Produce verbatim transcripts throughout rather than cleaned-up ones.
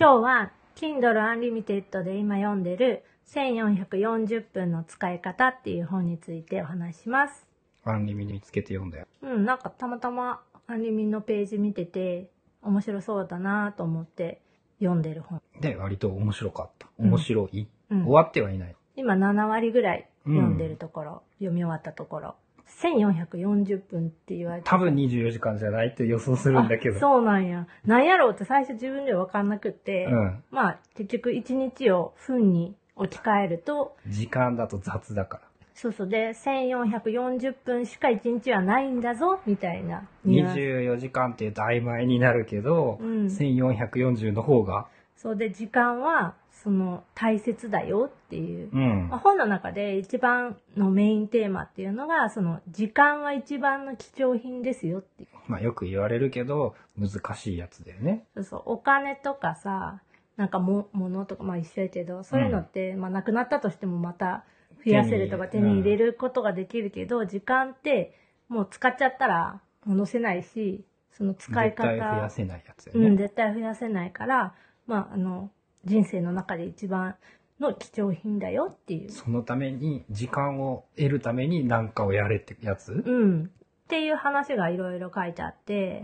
今日は Kindle Unlimited で今読んでるせんよんひゃくよんじゅっぷんの使い方っていう本についてお話しします。 アンリミ見つけて読んだよ。 うん、なんかたまたまアンリミのページ見てて面白そうだなと思って読んでる本。 で、割と面白かった。面白い。 うん、 終わってはいない。 今ななわりぐらい読んでるところ、うん、読み終わったところ。せんよんひゃくよんじゅっぷんって言われて。 多分にじゅうよじかんじゃないって予想するんだけど。 そうなんや。なんやろうって最初自分では分かんなくって。 うん、 まあ結局いちにちを分に置き換えると。 時間だと雑だから。 そうそう。で、せんよんひゃくよんじゅっぷんしかいちにちはないんだぞ、みたいな。 にじゅうよじかんって言うと曖昧になるけど、うん、せんよんひゃくよんじゅうの方が。 そうで、時間は、その、大切だよっていう。 うん、 まあ、本の中で一番のメインテーマっていうのが、その、時間は一番の貴重品ですよっていう。 まあよく言われるけど、難しいやつだよね。 そうそう。お金とかさ、なんかも、物とか、まあ一緒やけど、そういうのって、うん、まあなくなったとしてもまた、増やせるとか手に入れることができるけど、うん、時間ってもう使っちゃったら戻せないし、その使い方。 絶対増やせないやつよね。 うん、絶対増やせないから、まああの、人生の中で一番の貴重品だよっていう。 そのために、時間を得るために何かをやれってやつ？ うん。っていう話がいろいろ書いてあって、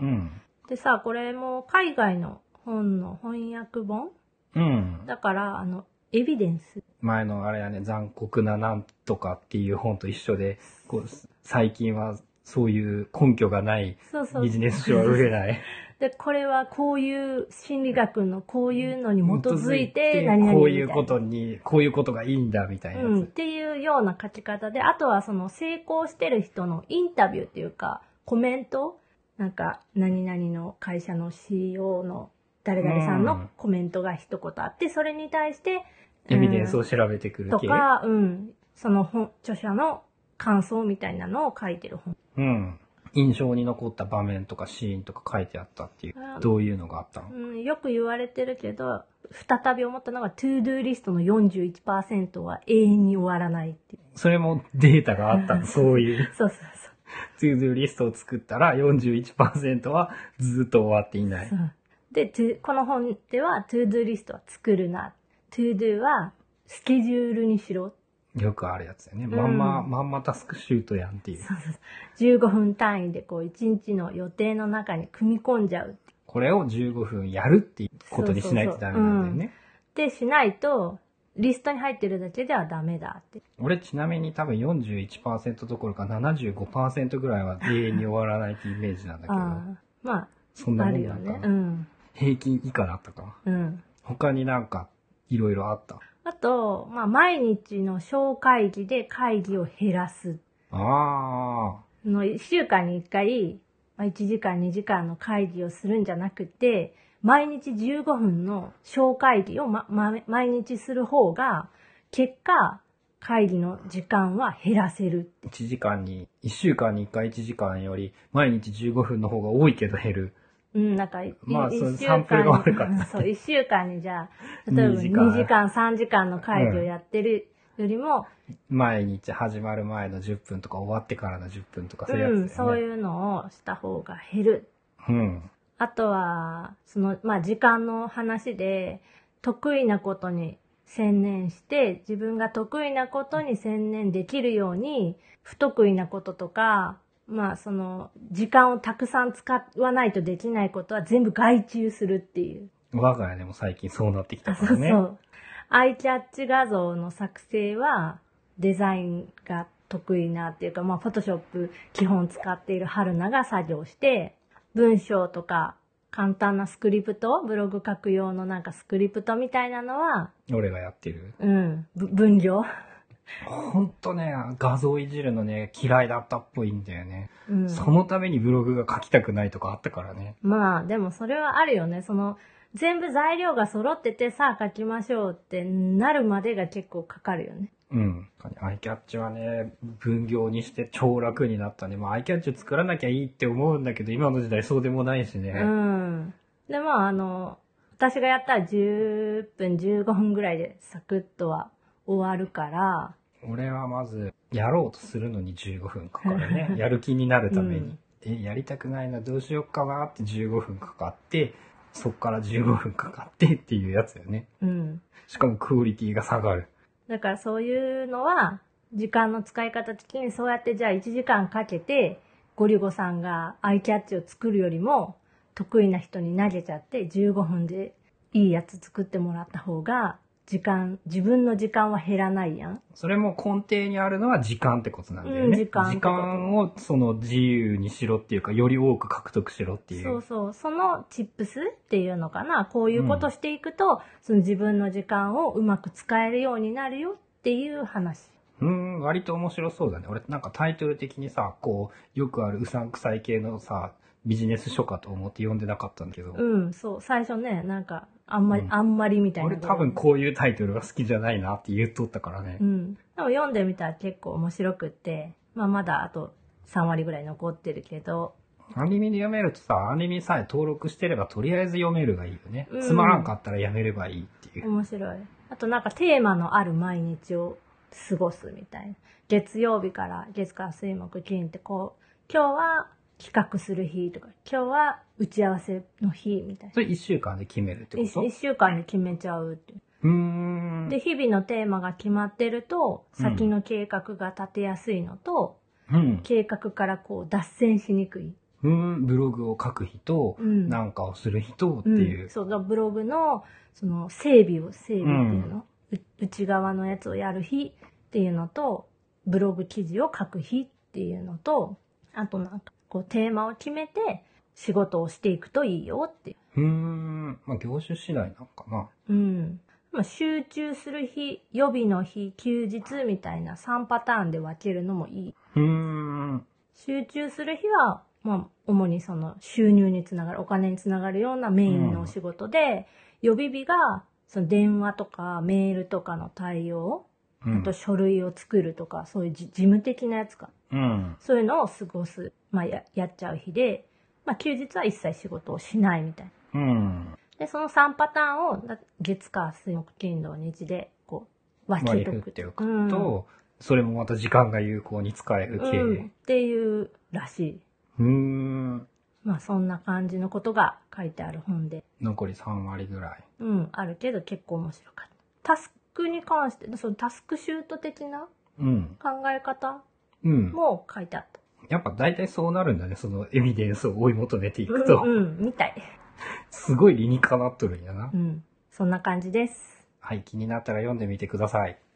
うん、 でさ、これも海外の本の翻訳本？ うん。 だから、あの、エビデンス。 前のあれはね、残酷ななんとかっていう本と一緒で、こう最近はそういう根拠がないビジネス書は売れない。 で、これはこういう心理学のこういうのに基づいて何々みたいな、 こういうことに、こういうことがいいんだみたいなやつ、 うん。っていうような書き方で、あとはその成功してる人のインタビューっていうか、コメント、なんか何々の会社の シーイーオー の誰々さんのコメントが一言あって、それに対して、 エビデンスを調べてくる系とか、うん。その本、著者の感想みたいなのを書いてる本。 うん。印象に残った場面とかシーンとか書いてあったっていう。どういうのがあったの？ うん、よく言われてるけど、再び思ったのが、トゥードゥーリストの よんじゅういちパーセント は永遠に終わらないっていう。 それもデータがあったの？そういう。 そうそうそう。 トゥードゥーリストを作ったら よんじゅういちパーセント はずっと終わっていない。 で、この本では、トゥードゥーリストは作るな。トゥードゥはスケジュールにしろ。 よくあるやつだよね。まんま、うん、まんまタスクシュートやんっていう。 そうそうそう。じゅうごふん単位でこういちにちの予定の中に組み込んじゃう。 これをじゅうごふんやるっていうことにしないとダメなんだよね。 そうそうそう、うん、で、しないと、リストに入ってるだけではダメだって。 俺ちなみに多分 よんじゅういちパーセント どころか ななじゅうごパーセント ぐらいは永遠に終わらないってイメージなんだけど。 あまあ、 そんなもんなんかな、 あるよね。うん。 平均以下だったか。 うん。 他になんかいろいろあった？ あと、まあ、毎日の小会議で会議を減らす。 ああ。 のいっしゅうかんにいっかい、まあ、いちじかんにじかんの会議をするんじゃなくて、毎日じゅうごふんの小会議を、まま、毎日する方が、結果、会議の時間は減らせる。 いちじかんに、いっしゅうかんにいっかいいちじかんより、毎日じゅうごふんの方が多いけど減る。 うん、なんか、 まあ、そのサンプルが悪かった。 そう、いっしゅうかんにじゃあ、例えばにじかん、さんじかんの会議をやってるよりも、 うん、毎日始まる前のじゅっぷんとか終わってからのじゅっぷんとかそういうやつだよね。うん、 そういうのをした方が減る。 うん。 あとは、その、まあ、時間の話で、得意なことに専念して、自分が得意なことに専念できるように、不得意なこととか、まあその時間をたくさん使わないとできないことは全部外注するっていう。 我が家でも最近そうなってきたからね。 そうそう。アイキャッチ画像の作成はデザインが得意なっていうか、まあフォトショップ基本使っている春菜が作業して、文章とか簡単なスクリプト、ブログ書く用のなんかスクリプトみたいなのは俺がやってる。 うん。分業。 ほんとね、画像いじるのね、嫌いだったっぽいんだよね、うん。そのためにブログが書きたくないとかあったからね。 まあ、でもそれはあるよね。その、全部材料が揃ってて、さあ書きましょうってなるまでが結構かかるよね。 うん。アイキャッチはね、分業にして超楽になったね。まあ、アイキャッチ作らなきゃいいって思うんだけど、今の時代そうでもないしね。 うん。で、まあ、あの、私がやったらじゅっぷん、じゅうごふんぐらいでサクッとは終わるから、 俺はまず、やろうとするのにじゅうごふんかかるね。やる気になるために。うん、え、やりたくないな、どうしよっかなってじゅうごふんかかって、 そっからじゅうごふんかかってっていうやつよね。 うん。 しかもクオリティが下がる。 だからそういうのは、時間の使い方的にそうやってじゃあいちじかんかけて、ゴリゴさんがアイキャッチを作るよりも、得意な人に投げちゃってじゅうごふんでいいやつ作ってもらった方が、時間、自分の時間は減らないやん。 それも根底にあるのは時間ってことなんだよね。 うん、時間。 時間をその自由にしろっていうか、より多く獲得しろっていう。 そうそう。そのチップスっていうのかな。こういうことしていくと、うん、その自分の時間をうまく使えるようになるよっていう話。 うーん、割と面白そうだね。俺なんかタイトル的にさ、こう、よくあるうさんくさい系のさ、ビジネス書かと思って読んでなかったんだけど。 うん、そう。最初ね、なんか、あんまり、うん、あんまりみたいな。 俺多分こういうタイトルが好きじゃないなって言っとったからね。 うん。でも読んでみたら結構面白くって、まあまだあとさんわりぐらい残ってるけど。 アニメで読めるとさ、アニメさえ登録してればとりあえず読めるがいいよね。うん、つまらんかったらやめればいいっていう。 面白い。あとなんかテーマのある毎日を過ごすみたいな。月曜日から月火水木金ってこう、今日は企画する日とか、今日は打ち合わせの日みたいな。 それいっしゅうかんで決めるってこと？ いっしゅうかんで決めちゃうって。 うーん。 で、日々のテーマが決まってると、先の計画が立てやすいのと、 うん、 計画からこう脱線しにくい。 うん、ブログを書く人、うん、なんかをする人っていう。 うん、そう、ブログの、その整備を、整備っていうの、うん、内側のやつをやる日っていうのと、ブログ記事を書く日っていうのと、あとなんか、こうテーマを決めて仕事をしていくといいよっていう。 うーん。まあ業種次第なんかな。 うん。まあ、集中する日、予備の日、休日みたいなさんパターンで分けるのもいい。 うーん。 集中する日は、まあ、主にその収入につながる、お金につながるようなメインのお仕事で、うん、予備日が、その電話とかメールとかの対応、うん、あと書類を作るとか、そういう事務的なやつか。 うん、 そういうのを過ごす、まあや、やっちゃう日で、まあ休日は一切仕事をしないみたいな。うん、 で、そのさんパターンを月火水木金土日でこう分けとく。 割り振っておくと、うん、それもまた時間が有効に使える系、 うん、っていうらしい。 うーん。 まあそんな感じのことが書いてある本で。 残りさんわりぐらい。 うん、あるけど結構面白かった。タスクに関して、そのタスクシュート的な考え方も書いてあった。 うん、やっぱ大体そうなるんだね、そのエビデンスを追い求めていくと。 うん、うん、みたい。 すごい理にかなっとるんやな。 うん、そんな感じです。 はい、気になったら読んでみてください。